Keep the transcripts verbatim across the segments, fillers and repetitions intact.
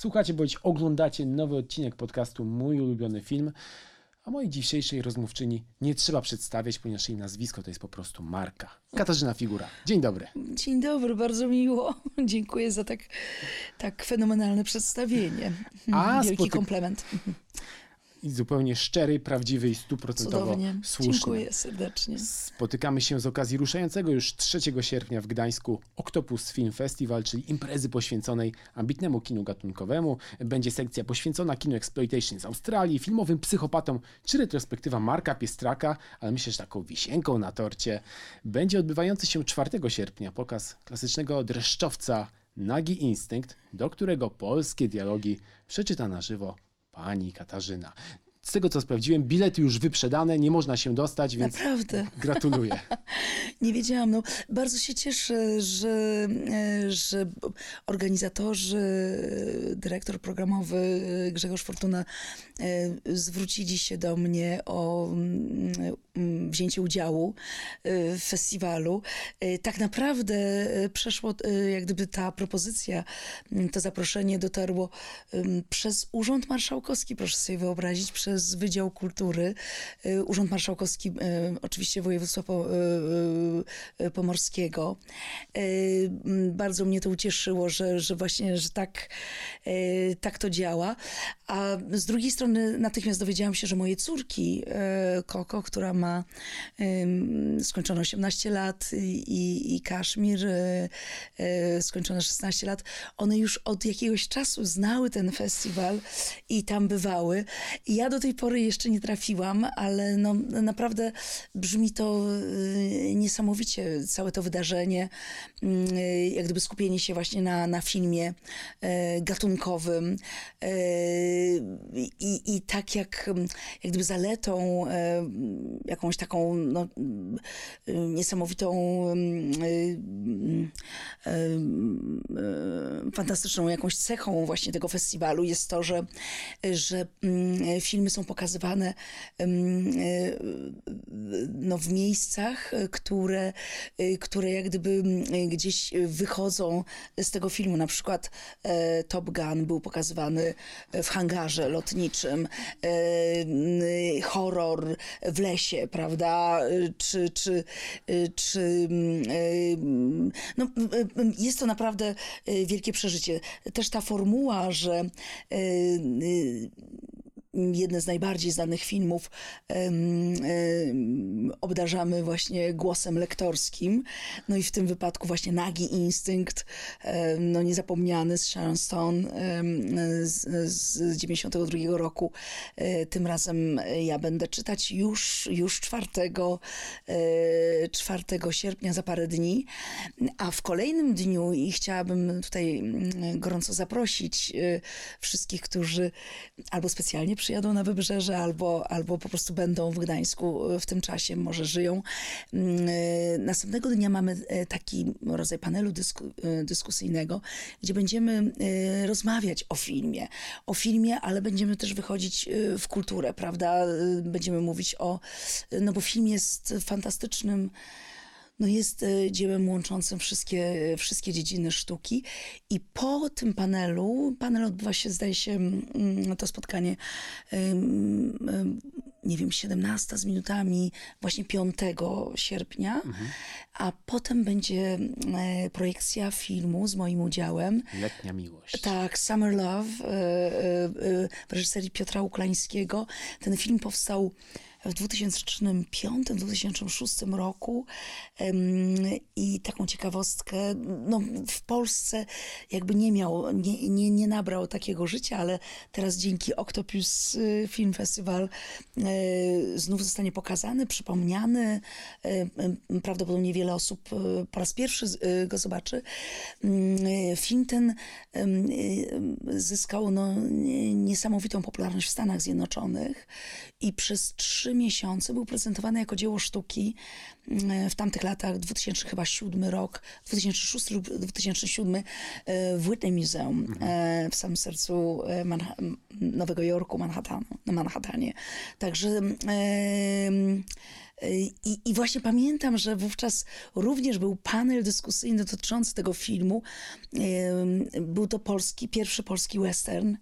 Słuchacie bądź oglądacie nowy odcinek podcastu Mój ulubiony film, a mojej dzisiejszej rozmówczyni nie trzeba przedstawiać, ponieważ jej nazwisko to jest po prostu Marka. Katarzyna Figura. Dzień dobry. Dzień dobry, bardzo miło. Dziękuję za tak, tak fenomenalne przedstawienie. A Wielki spotyk- komplement. I zupełnie szczery, prawdziwy i stuprocentowo Cudownie. słuszny. Dziękuję serdecznie. Spotykamy się z okazji ruszającego już trzeciego sierpnia w Gdańsku Octopus Film Festival, czyli imprezy poświęconej ambitnemu kinu gatunkowemu. Będzie sekcja poświęcona kinu exploitation z Australii, filmowym psychopatom, czy retrospektywa Marka Piestraka, ale myślę, że taką wisienką na torcie będzie odbywający się czwartego sierpnia pokaz klasycznego dreszczowca Nagi Instynkt, do którego polskie dialogi przeczyta na żywo pani Katarzyna. Z tego, co sprawdziłem, bilety już wyprzedane, nie można się dostać, więc Naprawdę. gratuluję. Nie wiedziałam. No, bardzo się cieszę, że, że organizatorzy, dyrektor programowy Grzegorz Fortuna zwrócili się do mnie o wzięcie udziału w festiwalu. Tak naprawdę przeszło, jak gdyby ta propozycja, to zaproszenie dotarło przez Urząd Marszałkowski, proszę sobie wyobrazić, przez Wydział Kultury. Urząd Marszałkowski, oczywiście województwa pomorskiego. Bardzo mnie to ucieszyło, że, że właśnie, że tak, tak to działa. A z drugiej strony natychmiast dowiedziałam się, że moje córki, Koko, która ma skończone osiemnaście lat, i, i Kaszmir skończone szesnaście lat, one już od jakiegoś czasu znały ten festiwal i tam bywały. I ja do tej pory jeszcze nie trafiłam, ale no, naprawdę brzmi to niesamowicie, całe to wydarzenie, jak gdyby skupienie się właśnie na, na filmie gatunkowym. I, i tak jak, jak gdyby zaletą, jakąś taką no, niesamowitą, fantastyczną jakąś cechą właśnie tego festiwalu jest to, że, że filmy są pokazywane no, w miejscach, które, które jak gdyby gdzieś wychodzą z tego filmu. Na przykład Top Gun był pokazywany w hangarze lotniczym, horror w lesie, prawda? Czy, czy, czy no, jest to naprawdę wielkie przeżycie. Też ta formuła, że jedne z najbardziej znanych filmów um, um, obdarzamy właśnie głosem lektorskim. No i w tym wypadku właśnie Nagi Instynkt, um, no niezapomniany z Sharon Stone um, z, z dziewięćdziesiątego drugiego roku. Um, tym razem ja będę czytać już, już czwartego sierpnia, za parę dni. A w kolejnym dniu, i chciałabym tutaj gorąco zaprosić wszystkich, którzy albo specjalnie przyjadą na Wybrzeże, albo, albo po prostu będą w Gdańsku w tym czasie, może żyją. Następnego dnia mamy taki rodzaj panelu dysku, dyskusyjnego, gdzie będziemy rozmawiać o filmie. O filmie, ale będziemy też wychodzić w kulturę, prawda? Będziemy mówić o... No bo film jest fantastycznym, no jest dziełem łączącym wszystkie, wszystkie dziedziny sztuki. I po tym panelu, panel odbywa się, zdaje się, to spotkanie, nie wiem, siedemnasta z minutami, właśnie piątego sierpnia, mhm. A potem będzie projekcja filmu z moim udziałem. Letnia miłość. Tak, Summer Love w reżyserii Piotra Uklańskiego. Ten film powstał w dwa tysiące piątym do dwa tysiące szóstym roku i taką ciekawostkę, no w Polsce jakby nie miał, nie, nie, nie nabrał takiego życia, ale teraz dzięki Octopus Film Festival znów zostanie pokazany, przypomniany. Prawdopodobnie wiele osób po raz pierwszy go zobaczy. Film ten zyskał no, niesamowitą popularność w Stanach Zjednoczonych i przez trzy miesiące był prezentowany jako dzieło sztuki w tamtych latach, dwa tysiące siódmy rok, dwa tysiące szósty lub dwa tysiące siódmy w Whitney Museum, mhm. w samym sercu Manha- Nowego Jorku, Manhattanu, na Manhattanie. Także I, I właśnie pamiętam, że wówczas również był panel dyskusyjny dotyczący tego filmu. Był to polski, pierwszy polski western.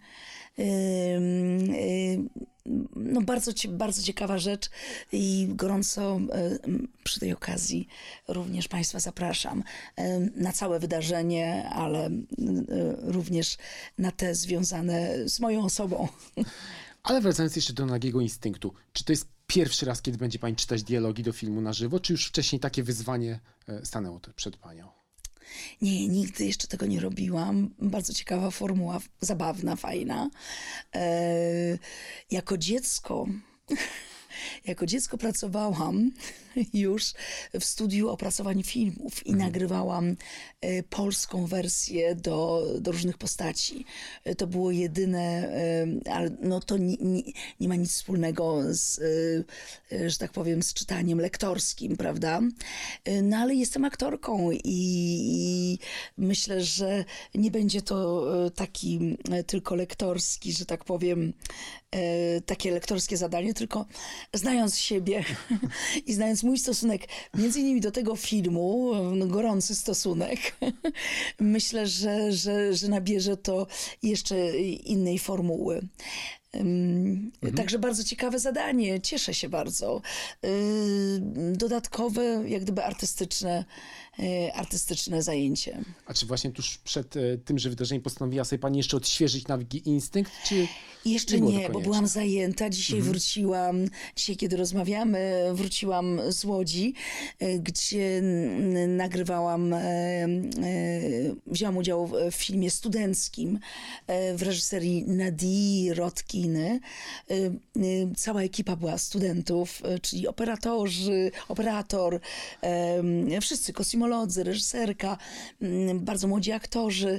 No bardzo, bardzo ciekawa rzecz i gorąco przy tej okazji również Państwa zapraszam na całe wydarzenie, ale również na te związane z moją osobą. Ale wracając jeszcze do Nagiego Instynktu, czy to jest pierwszy raz, kiedy będzie Pani czytać dialogi do filmu na żywo, czy już wcześniej takie wyzwanie stanęło przed Panią? Nie, nigdy jeszcze tego nie robiłam. Bardzo ciekawa formuła, zabawna, fajna. E, jako dziecko... Jako dziecko pracowałam już w studiu opracowań filmów i mhm. nagrywałam e, polską wersję do, do różnych postaci. E, to było jedyne, e, ale no to nie, nie, nie ma nic wspólnego z, e, że tak powiem, z czytaniem lektorskim, prawda? E, no ale jestem aktorką i, i myślę, że nie będzie to e, taki e, tylko lektorski, że tak powiem, e, takie lektorskie zadanie, tylko znając siebie i znając mój stosunek między innymi do tego filmu, no, gorący stosunek, myślę, że, że, że nabierze to jeszcze innej formuły. Mhm. Także bardzo ciekawe zadanie, cieszę się bardzo. Dodatkowe, jak gdyby artystyczne, artystyczne zajęcie. A czy właśnie tuż przed tymże wydarzeniem postanowiła sobie Pani jeszcze odświeżyć Nagi Instynkt, czy jeszcze nie, nie bo byłam zajęta. Dzisiaj mhm. wróciłam, dzisiaj kiedy rozmawiamy, wróciłam z Łodzi, gdzie nagrywałam, wzięłam udział w filmie studenckim w reżyserii Nadii Rotkiny. Cała ekipa była studentów, czyli operatorzy, operator, wszyscy, kosmolodzy, reżyserka, bardzo młodzi aktorzy.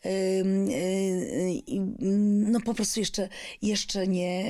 No po prostu jeszcze, jeszcze nie,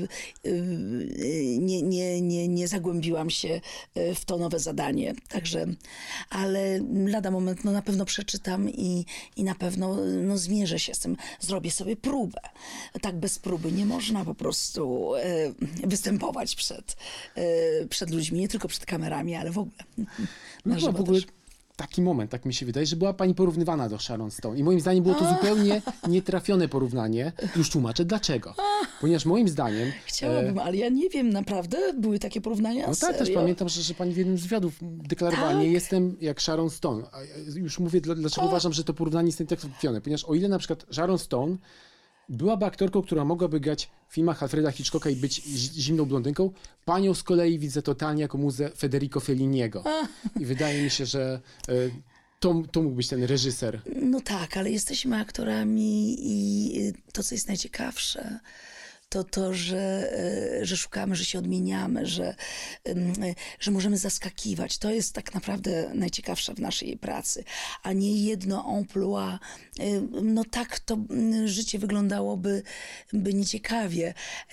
nie, nie, nie, nie zagłębiłam się w to nowe zadanie. Także, ale lada moment, no na pewno przeczytam i, i na pewno no, zmierzę się z tym. Zrobię sobie próbę. Tak bez próby nie można po prostu występować przed, przed ludźmi, nie tylko przed kamerami, ale w ogóle. No w ogóle taki moment, tak mi się wydaje, że była Pani porównywana do Sharon Stone. I moim zdaniem było to zupełnie nietrafione porównanie. Już tłumaczę dlaczego. Ponieważ moim zdaniem... Chciałabym, e... ale ja nie wiem, naprawdę były takie porównania? No tak, serio? też pamiętam, że, że Pani w jednym z wywiadów deklarowała, tak? Nie jestem jak Sharon Stone. A już mówię, dlaczego o. uważam, że to porównanie jest nietrafione. Ponieważ o ile na przykład Sharon Stone byłaby aktorką, która mogłaby grać w filmach Alfreda Hitchcocka i być zimną blondynką, Panią z kolei widzę totalnie jako muzę Federico Felliniego. I wydaje mi się, że y, to, to mógł być ten reżyser. No tak, ale jesteśmy aktorami i to, co jest najciekawsze, to to, że, że szukamy, że się odmieniamy, że, że możemy zaskakiwać. To jest tak naprawdę najciekawsze w naszej pracy, a nie jedno emploi. No tak to życie wyglądałoby by nieciekawie.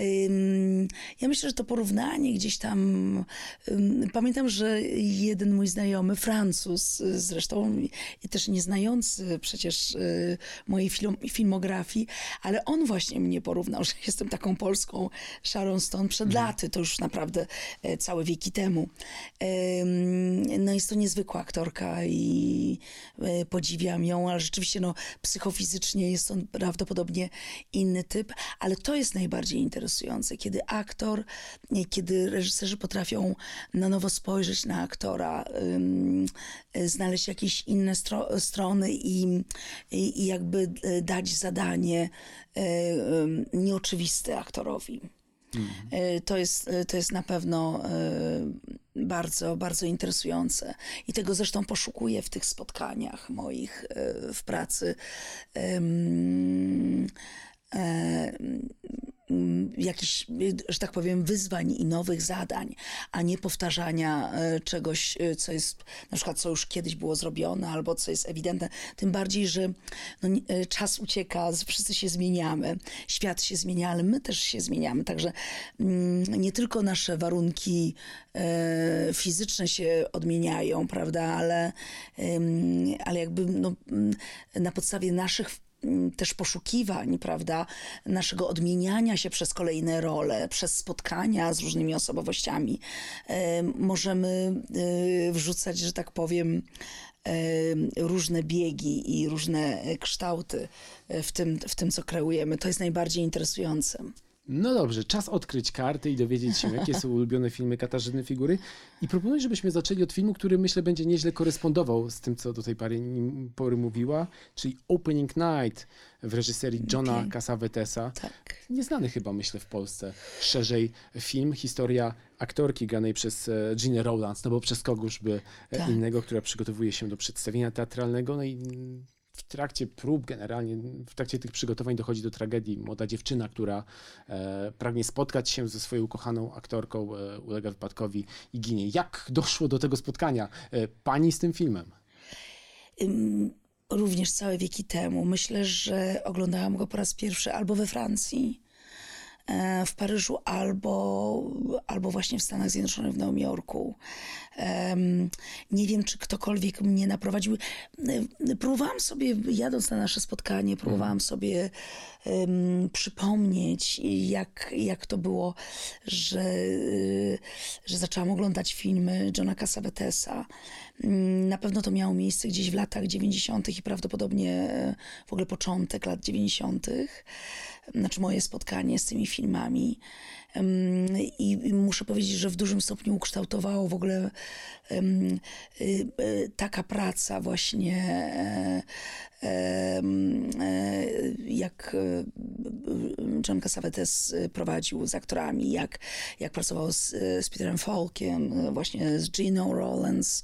Ja myślę, że to porównanie gdzieś tam... Pamiętam, że jeden mój znajomy, Francuz, zresztą też nieznający przecież mojej film, filmografii, ale on właśnie mnie porównał, że jestem taką polską Sharon Stone przed mm. laty, to już naprawdę e, całe wieki temu. E, no jest to niezwykła aktorka i e, podziwiam ją, ale rzeczywiście no, psychofizycznie jest on prawdopodobnie inny typ, ale to jest najbardziej interesujące, kiedy aktor, e, kiedy reżyserzy potrafią na nowo spojrzeć na aktora, e, znaleźć jakieś inne stro, strony i, i, i jakby dać zadanie nieoczywiste aktorowi. Mm. To jest, to jest na pewno bardzo, bardzo interesujące. I tego zresztą poszukuję w tych spotkaniach moich w pracy. Jakichś, że tak powiem, wyzwań i nowych zadań, a nie powtarzania czegoś, co jest, na przykład, co już kiedyś było zrobione, albo co jest ewidentne. Tym bardziej, że no, czas ucieka, wszyscy się zmieniamy, świat się zmienia, ale my też się zmieniamy. Także nie tylko nasze warunki fizyczne się odmieniają, prawda, ale, ale jakby no, na podstawie naszych też poszukiwań, prawda, naszego odmieniania się przez kolejne role, przez spotkania z różnymi osobowościami, możemy wrzucać, że tak powiem, różne biegi i różne kształty w tym, w tym, co kreujemy. To jest najbardziej interesujące. No dobrze, czas odkryć karty i dowiedzieć się, jakie są ulubione filmy Katarzyny Figury. I proponuję, żebyśmy zaczęli od filmu, który myślę będzie nieźle korespondował z tym, co do tej pory, pory mówiła, czyli Opening Night w reżyserii Johna okay. Cassavetesa. Tak. Nieznany chyba, myślę, w Polsce szerzej film. Historia aktorki granej przez Ginę Rowlands, no bo przez kogoż by tak. innego, która przygotowuje się do przedstawienia teatralnego. No i w trakcie prób, generalnie w trakcie tych przygotowań dochodzi do tragedii. Młoda dziewczyna, która e, pragnie spotkać się ze swoją ukochaną aktorką, e, ulega wypadkowi i ginie. Jak doszło do tego spotkania e, pani z tym filmem? Um, również całe wieki temu. Myślę, że oglądałam go po raz pierwszy albo we Francji, w Paryżu, albo, albo właśnie w Stanach Zjednoczonych, w Nowym Jorku. Um, nie wiem, czy ktokolwiek mnie naprowadził. Próbowałam sobie, jadąc na nasze spotkanie, próbowałam sobie um, przypomnieć, jak, jak to było, że, że zaczęłam oglądać filmy Johna Cassavetesa. Na pewno to miało miejsce gdzieś w latach dziewięćdziesiątych i prawdopodobnie w ogóle początek lat dziewięćdziesiątych. Znaczy moje spotkanie z tymi filmami. I muszę powiedzieć, że w dużym stopniu ukształtowało w ogóle taka praca właśnie, jak John Cassavetes prowadził z aktorami, jak, jak pracował z, z Peterem Falkiem, właśnie z Giną Rowlands.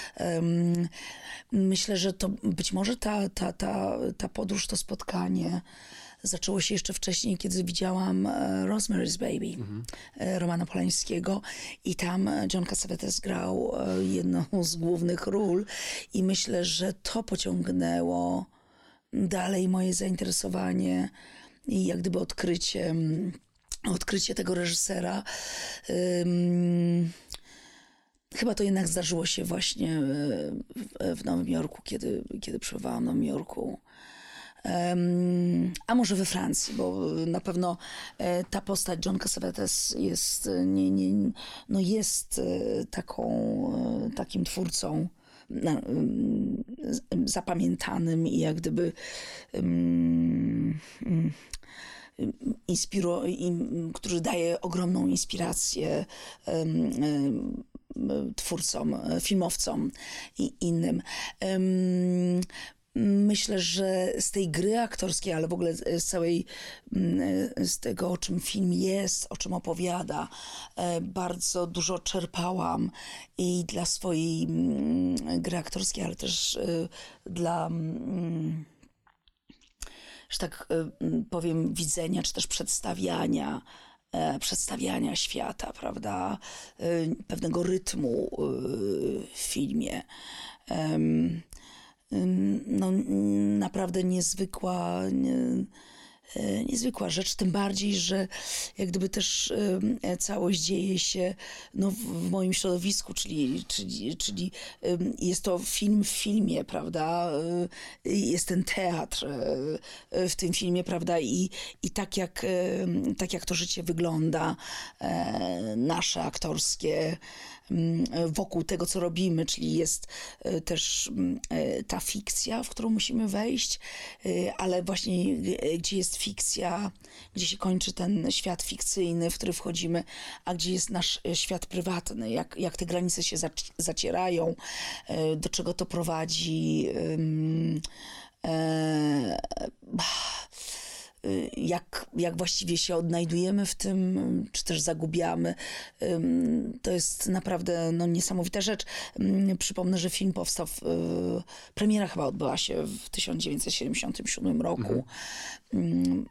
Myślę, że to być może ta, ta, ta, ta podróż, to spotkanie zaczęło się jeszcze wcześniej, kiedy widziałam Rosemary's Baby, mhm. Romana Polańskiego, i tam John Cassavetes grał jedną z głównych ról i myślę, że to pociągnęło dalej moje zainteresowanie i jak gdyby odkrycie, odkrycie tego reżysera. Um, Chyba to jednak zdarzyło się właśnie w Nowym Jorku, kiedy, kiedy przebywałam w Nowym Jorku. Um, a może we Francji, bo na pewno e, ta postać John Cassavetes jest, nie, nie, no jest e, taką, e, takim twórcą na, e, zapamiętanym i jak gdyby um, um, inspiru, in, który daje ogromną inspirację um, um, twórcom, filmowcom i innym. Um, Myślę, że z tej gry aktorskiej, ale w ogóle z całej, z tego, o czym film jest, o czym opowiada, bardzo dużo czerpałam i dla swojej gry aktorskiej, ale też dla, że tak powiem, widzenia, czy też przedstawiania przedstawiania świata, prawda, pewnego rytmu w filmie. No, naprawdę niezwykła, nie, niezwykła rzecz, tym bardziej, że jak gdyby też całość dzieje się no, w moim środowisku, czyli, czyli, czyli jest to film w filmie, prawda, jest ten teatr w tym filmie, prawda, i, i tak, jak, tak jak to życie wygląda, nasze aktorskie, wokół tego, co robimy, czyli jest też ta fikcja, w którą musimy wejść, ale właśnie gdzie jest fikcja, gdzie się kończy ten świat fikcyjny, w który wchodzimy, a gdzie jest nasz świat prywatny, jak, jak te granice się zacierają, do czego to prowadzi, Jak, jak właściwie się odnajdujemy w tym, czy też zagubiamy. To jest naprawdę no, niesamowita rzecz. Przypomnę, że film powstał, w, premiera chyba odbyła się w tysiąc dziewięćset siedemdziesiątym siódmym roku. Mhm.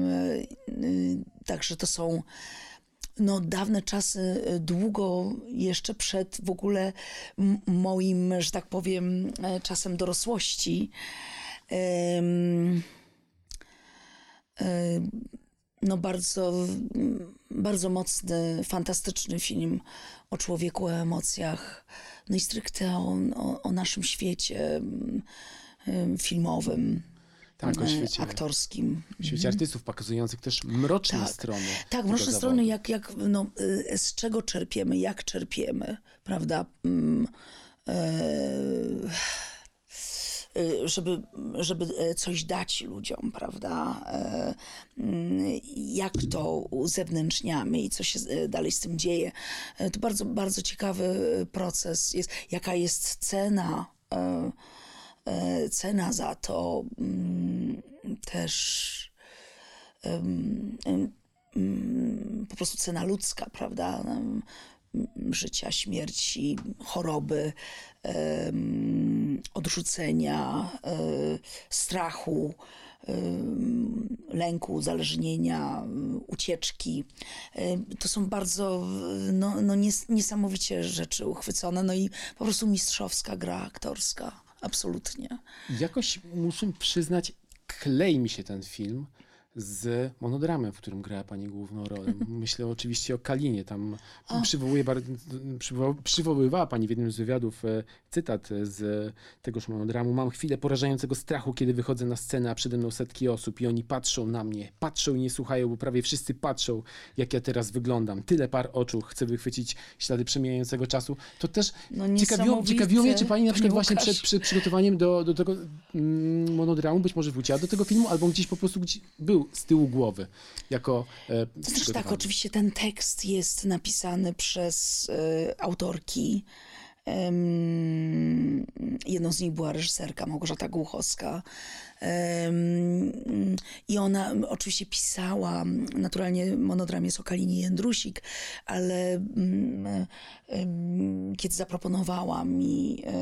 Także to są no, dawne czasy, długo jeszcze przed w ogóle moim, że tak powiem, czasem dorosłości. No bardzo, bardzo mocny, fantastyczny film o człowieku, o emocjach, no i stricte o, o, o naszym świecie filmowym. Tak, o świecie, aktorskim. w świecie artystów, pokazujących też mroczne Tak. strony. Tak, tego mroczne zawodu. strony, jak, jak, no, y, z czego czerpiemy, jak czerpiemy, prawda? Mm, e, y, żeby, żeby coś dać ludziom, prawda? E, mm, jak to uzewnętrzniamy i co się e, dalej z tym dzieje. E, To bardzo, bardzo ciekawy proces jest. Jaka jest cena, e, e, cena za to mm, też em, em, mm, po prostu cena ludzka, prawda? Em, Życia, śmierci, choroby, em, odrzucenia, e, strachu, em, lęku, uzależnienia, em, ucieczki. Em, To są bardzo no, no nies- niesamowicie rzeczy uchwycone, no i po prostu mistrzowska gra aktorska, absolutnie. Jakoś muszę przyznać, klei mi się ten film z monodramem, w którym grała pani główną rolę. Myślę oczywiście o Kalinie. Tam przywołuje, bar- przywoła- przywoływała pani w jednym z wywiadów e, cytat z tegoż monodramu. Mam chwilę porażającego strachu, kiedy wychodzę na scenę, a przede mną setki osób i oni patrzą na mnie. Patrzą i nie słuchają, bo prawie wszyscy patrzą, jak ja teraz wyglądam. Tyle par oczu, chcę wychwycić ślady przemijającego czasu. To też No, ciekawiło, niesamowite, ciekawiło mnie, czy pani na przykład panie właśnie Łukasz. przed, przed przygotowaniem do, do tego mm, monodramu być może wróciła do tego filmu, albo gdzieś po prostu gdzieś był z tyłu głowy, jako e, To znaczy tak, przygotowany. oczywiście ten tekst jest napisany przez e, autorki. Em, jedną z nich była reżyserka Małgorzata Głuchowska. Em, I ona oczywiście pisała, naturalnie monodram jest o Kalinie Jędrusik, ale mm, em, kiedy zaproponowała mi e,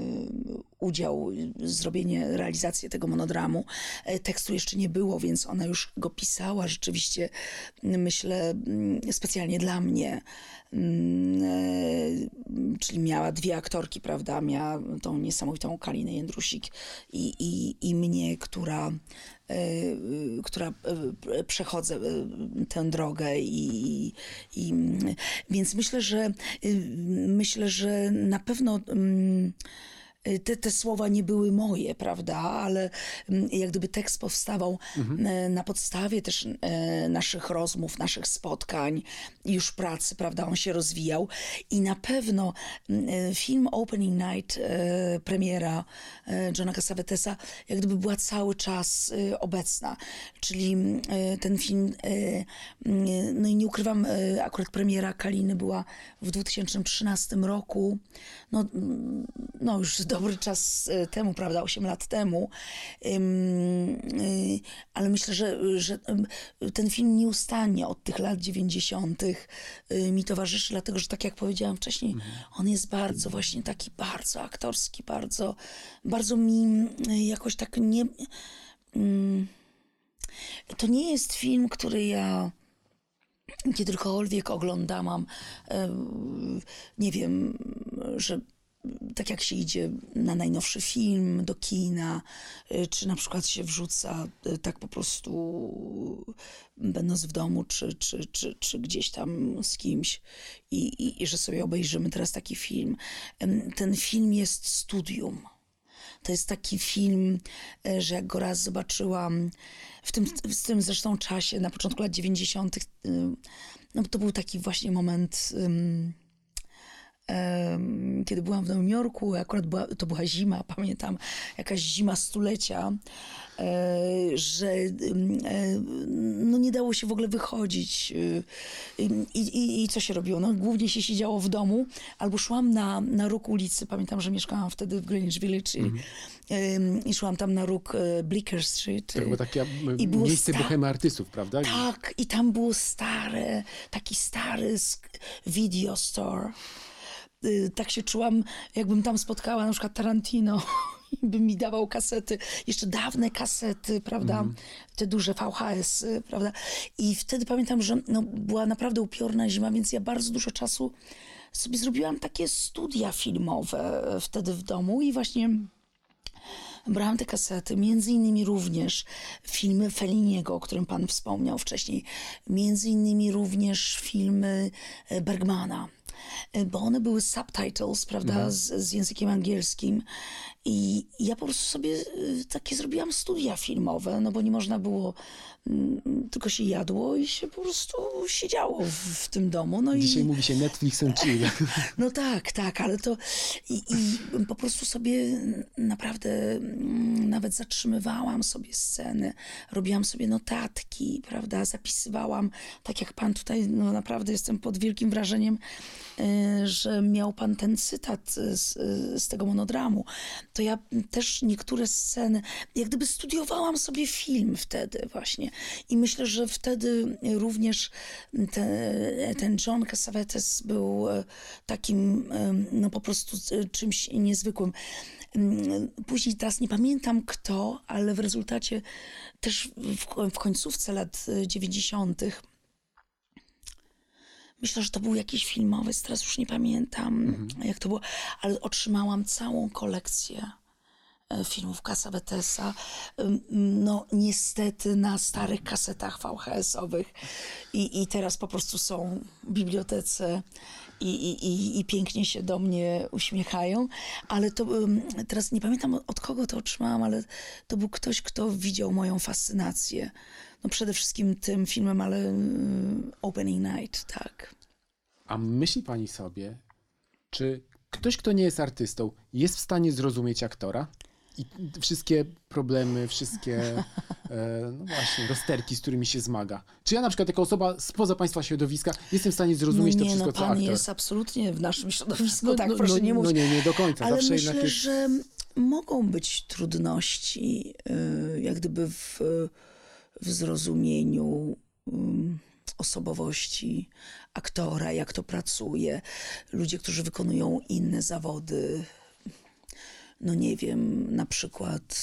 udział, zrobienie, realizację tego monodramu, e, tekstu jeszcze nie było, więc ona już go pisała rzeczywiście, myślę, mm, specjalnie dla mnie. Mm, e, Czyli miała dwie aktorki, prawda? Miała tą niesamowitą Kalinę Jędrusik i, i, i mnie, która, e, która e, przechodzę e, tę drogę i, i więc myślę, że e, myślę, że na pewno mm, te, te słowa nie były moje, prawda, ale mm, jak gdyby tekst powstawał e, na podstawie też e, naszych rozmów, naszych spotkań, już pracy, prawda, on się rozwijał i na pewno mm, e, film Opening Night, e, premiera e, Johna Cassavetesa, jak gdyby była cały czas e, obecna, czyli mm, e, ten film, e, mm, no i nie ukrywam, e, akurat premiera Kaliny była w dwa tysiące trzynastym roku, no, mm, no już dobry czas e, temu, prawda, osiem lat temu, Ym, y, ale myślę, że, że ym, ten film nieustannie od tych lat dziewięćdziesiątych y, mi towarzyszy, dlatego, że tak jak powiedziałam wcześniej, on jest bardzo właśnie taki bardzo aktorski, bardzo, bardzo mi y, jakoś tak nie... ym, to nie jest film, który ja kiedykolwiek oglądałam, em, nie wiem, że tak jak się idzie na najnowszy film do kina, y, czy na przykład się wrzuca y, tak po prostu będąc w domu, czy, czy, czy, czy gdzieś tam z kimś i, i, i że sobie obejrzymy teraz taki film. Em, Ten film jest studium. To jest taki film, e, że jak go raz zobaczyłam, w tym, w tym zresztą czasie, na początku lat dziewięćdziesiątych, y, no to był taki właśnie moment, ym, em, kiedy byłam w Nowym Jorku, akurat była, to była zima, pamiętam, jakaś zima stulecia, e, że ym, e, no nie dało się w ogóle wychodzić. y, ym, I, i, I co się robiło? No, głównie się siedziało w domu, albo szłam na, na róg ulicy, pamiętam, że mieszkałam wtedy w Greenwich Village i, ym, i szłam tam na róg e, Bleecker Street. To było takie I było miejsce sta- bohemy artystów, prawda? Tak, i tam było stare, taki stary sk- video store. Y, Tak się czułam, jakbym tam spotkała na przykład Tarantino i by mi dawał kasety, jeszcze dawne kasety, prawda, te duże V H S, y, prawda. I wtedy pamiętam, że no, była naprawdę upiorna zima, więc ja bardzo dużo czasu sobie zrobiłam takie studia filmowe e, wtedy w domu i właśnie brałam te kasety, między innymi również filmy Felliniego, o którym pan wspomniał wcześniej, między innymi również filmy e, Bergmana. y, bo one były subtitles, prawda, Mhm. z, z językiem angielskim. I ja po prostu sobie y, takie zrobiłam studia filmowe, no bo nie można było, mm, tylko się jadło i się po prostu siedziało w, w tym domu. No Dzisiaj i, mówi się Netflix and chill. no tak, tak, ale to i, i po prostu sobie naprawdę mm, nawet zatrzymywałam sobie sceny, robiłam sobie notatki, prawda, zapisywałam, tak jak pan tutaj, no naprawdę jestem pod wielkim wrażeniem, y, że miał pan ten cytat z, z tego monodramu. To ja też niektóre sceny, jak gdyby studiowałam sobie film wtedy właśnie i myślę, że wtedy również te, ten John Cassavetes był e, takim e, no po prostu e, czymś niezwykłym. Mm, Później teraz nie pamiętam kto, ale w rezultacie też w, w końcówce lat dziewięćdziesiątych myślę, że to był jakiś filmowiec, teraz już nie pamiętam jak to było, ale otrzymałam całą kolekcję e, filmów Cassavetesa. Ym, No niestety na starych kasetach V H S-owych i, i teraz po prostu są w bibliotece i, i, i, i pięknie się do mnie uśmiechają, ale to ym, teraz nie pamiętam od kogo to otrzymałam, ale to był ktoś, kto widział moją fascynację. No przede wszystkim tym filmem, ale ym, Opening Night, tak. A myśli pani sobie, czy ktoś, kto nie jest artystą, jest w stanie zrozumieć aktora? I wszystkie problemy, wszystkie e, no właśnie, rozterki, z którymi się zmaga. Czy ja na przykład jako osoba spoza państwa środowiska jestem w stanie zrozumieć no to nie, wszystko, no co pan aktor? jest absolutnie w naszym środowisku, No, tak, no, proszę no, nie no mówić. nie, nie do końca. Ale Zawsze myślę, jednak jest... że mogą być trudności, y, jak gdyby w, w zrozumieniu ym, osobowości aktora, jak to pracuje. Ludzie, którzy wykonują inne zawody, no nie wiem, na przykład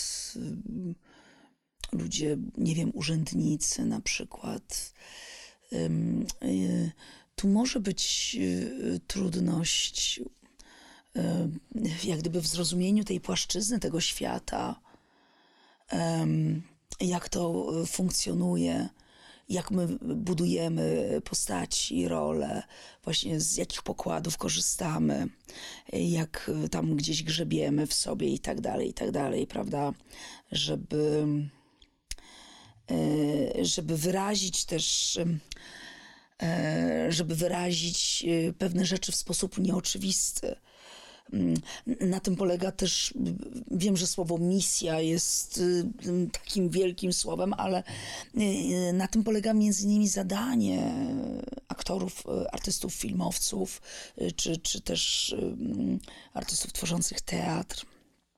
y, ludzie, nie wiem, urzędnicy na przykład. Ym, y, tu może być y, trudność y, jak gdyby w zrozumieniu tej płaszczyzny, tego świata, ym, jak to y, funkcjonuje, jak my budujemy postaci, role, właśnie z jakich pokładów korzystamy, y, jak y, tam gdzieś grzebiemy w sobie i tak dalej, i tak dalej, prawda, żeby, y, żeby wyrazić też, y, żeby wyrazić y, pewne rzeczy w sposób nieoczywisty. Mm, Na tym polega też, wiem, że słowo misja jest y, takim wielkim słowem, ale y, na tym polega między innymi zadanie aktorów, y, artystów, filmowców, y, czy, czy też y, artystów tworzących teatr,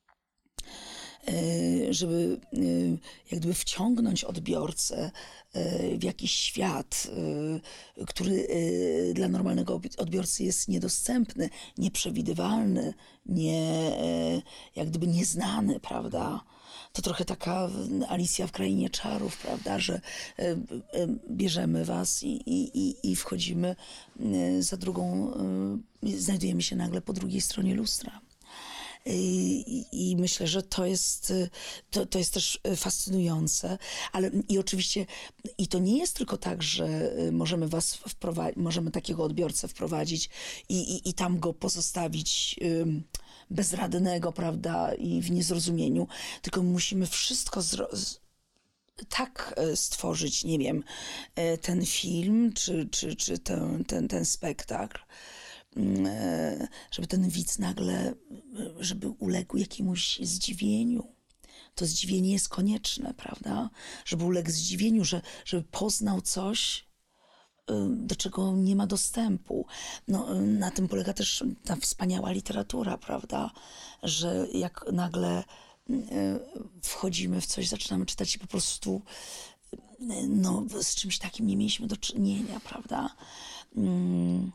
y, żeby y, jak gdyby wciągnąć odbiorcę y, w jakiś świat, y, który y, dla normalnego ob- odbiorcy jest niedostępny, nieprzewidywalny, nie, y, jak gdyby nieznany, prawda? To trochę taka Alicja w Krainie Czarów, prawda, że y, y, bierzemy was i, i, i- i wchodzimy y, za drugą, y, znajdujemy się nagle po drugiej stronie lustra. I, i myślę, że to jest, to, to jest też fascynujące, ale i oczywiście i to nie jest tylko tak, że możemy was wprowadzić, możemy takiego odbiorcę wprowadzić i, i, i tam go pozostawić ym, bezradnego, prawda, i w niezrozumieniu, tylko musimy wszystko zro- z- tak e, stworzyć, nie wiem, e, ten film, czy, czy, czy ten, ten, ten spektakl, e, żeby ten widz nagle, e, żeby uległ jakiemuś zdziwieniu. To zdziwienie jest konieczne, prawda? Żeby uległ zdziwieniu, że, żeby poznał coś, e, do czego nie ma dostępu. No, e, na tym polega też ta wspaniała literatura, prawda? Że jak nagle e, wchodzimy w coś, zaczynamy czytać i po prostu e, no, z czymś takim nie mieliśmy do czynienia, prawda? Mm,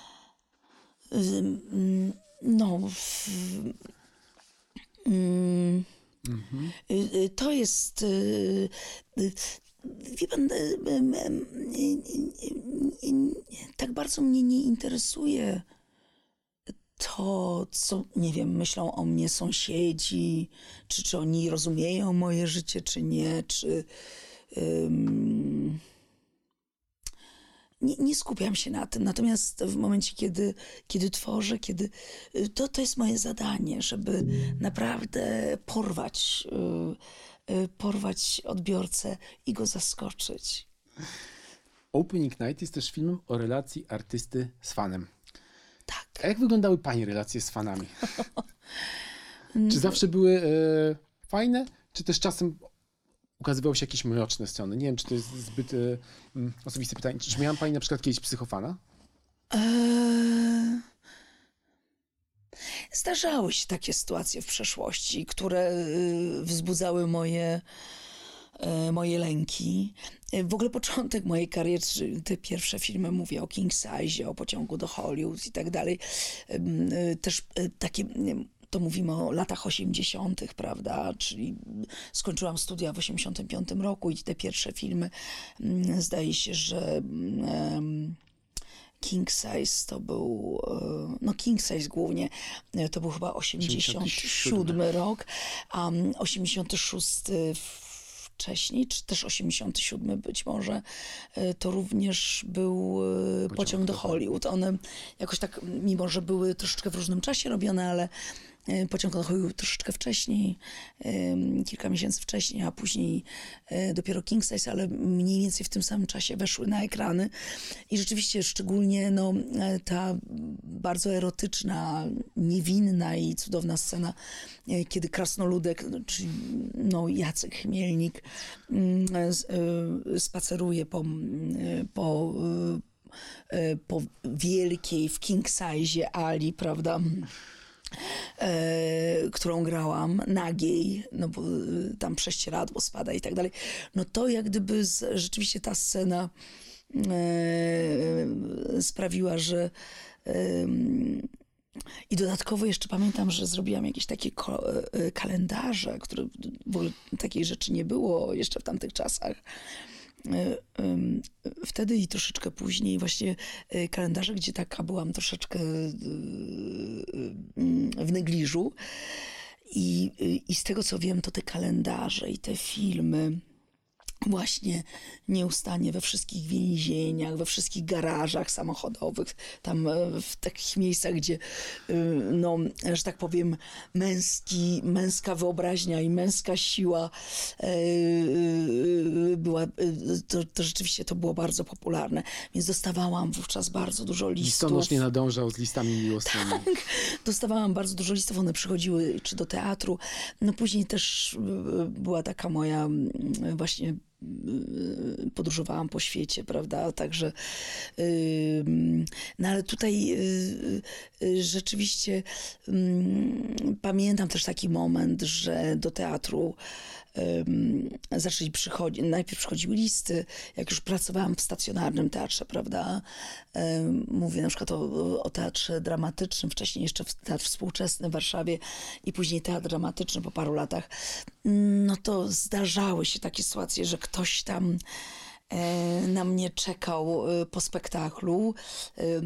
Ym, No, w, ym, y, y, to jest. y, y, Wie pan, y, y, y, y, y, tak bardzo mnie nie interesuje to, co, nie wiem, myślą o mnie sąsiedzi, czy, czy oni rozumieją moje życie, czy nie, czy. ym, nie, nie skupiam się na tym. Natomiast w momencie, kiedy, kiedy tworzę, kiedy to, to jest moje zadanie, żeby naprawdę porwać, porwać odbiorcę i go zaskoczyć. Opening Night jest też filmem o relacji artysty z fanem. Tak. A jak wyglądały pani relacje z fanami? Czy zawsze były e, fajne, czy też czasem ukazywały się jakieś mroczne strony? Nie wiem, czy to jest zbyt e, mm, osobiste pytanie. Czy miała pani na przykład kiedyś psychofana? Eee... Zdarzały się takie sytuacje w przeszłości, które y, wzbudzały moje, y, moje lęki. Y, W ogóle początek mojej kariery, czy te pierwsze filmy, mówię o King Size, o Pociągu do Hollywood i tak dalej, y, y, też y, takie... y, To mówimy o latach osiemdziesiątych, prawda? Czyli skończyłam studia w osiemdziesiątym piątym roku i te pierwsze filmy, mm, zdaje się, że em, King Size to był, e, no King Size głównie, e, to był chyba osiemdziesiąty siódmy rok, a mm, osiemdziesiąty szósty wcześniej, czy też osiemdziesiąty siódmy być może, e, to również był e, Pociąg do Hollywood. One jakoś tak, mimo że były troszeczkę w różnym czasie robione, ale e, Pociąg do Hollywood troszeczkę wcześniej, e, kilka miesięcy wcześniej, a później e, dopiero King Size, ale mniej więcej w tym samym czasie weszły na ekrany. I rzeczywiście szczególnie no, e, ta bardzo erotyczna, niewinna i cudowna scena, e, kiedy krasnoludek, no, czyli no, Jacek Chmielnik, mm, e, s- e, spaceruje po, mm, po, e, po wielkiej w King Size Ali, prawda? e, którą grałam, nagiej, no bo e, tam prześcieradło spada i tak dalej, no to jak gdyby z, rzeczywiście ta scena e, sprawiła, że e, i dodatkowo jeszcze pamiętam, że zrobiłam jakieś takie ko- e, kalendarze, które w ogóle takiej rzeczy nie było jeszcze w tamtych czasach. E, em, Wtedy i troszeczkę później właśnie e, kalendarze, gdzie taka byłam troszeczkę e, e, w negliżu. I, I z tego co wiem, to te kalendarze i te filmy właśnie nieustannie we wszystkich więzieniach, we wszystkich garażach samochodowych, tam e, w takich miejscach, gdzie, e, no, że tak powiem, męski, męska wyobraźnia i męska siła e, e, była, e, to, to rzeczywiście to było bardzo popularne. Więc dostawałam wówczas bardzo dużo listów. Listonosz nie nadążał z listami miłosnymi. Dostawałam bardzo dużo listów, one przychodziły czy do teatru. No później też y, była taka moja y, właśnie y, podróżowałam po świecie, prawda, także y, no ale tutaj y, y, rzeczywiście y, pamiętam też taki moment, że do teatru y, zaczęli przychodzić, najpierw przychodziły listy, jak już pracowałam w stacjonarnym teatrze, prawda, y, mówię na przykład o, o teatrze dramatycznym, wcześniej jeszcze w Teatr Współczesny w Warszawie i później Teatr Dramatyczny po paru latach, no to zdarzały się takie sytuacje, że ktoś tam e, na mnie czekał e, po spektaklu, e, e,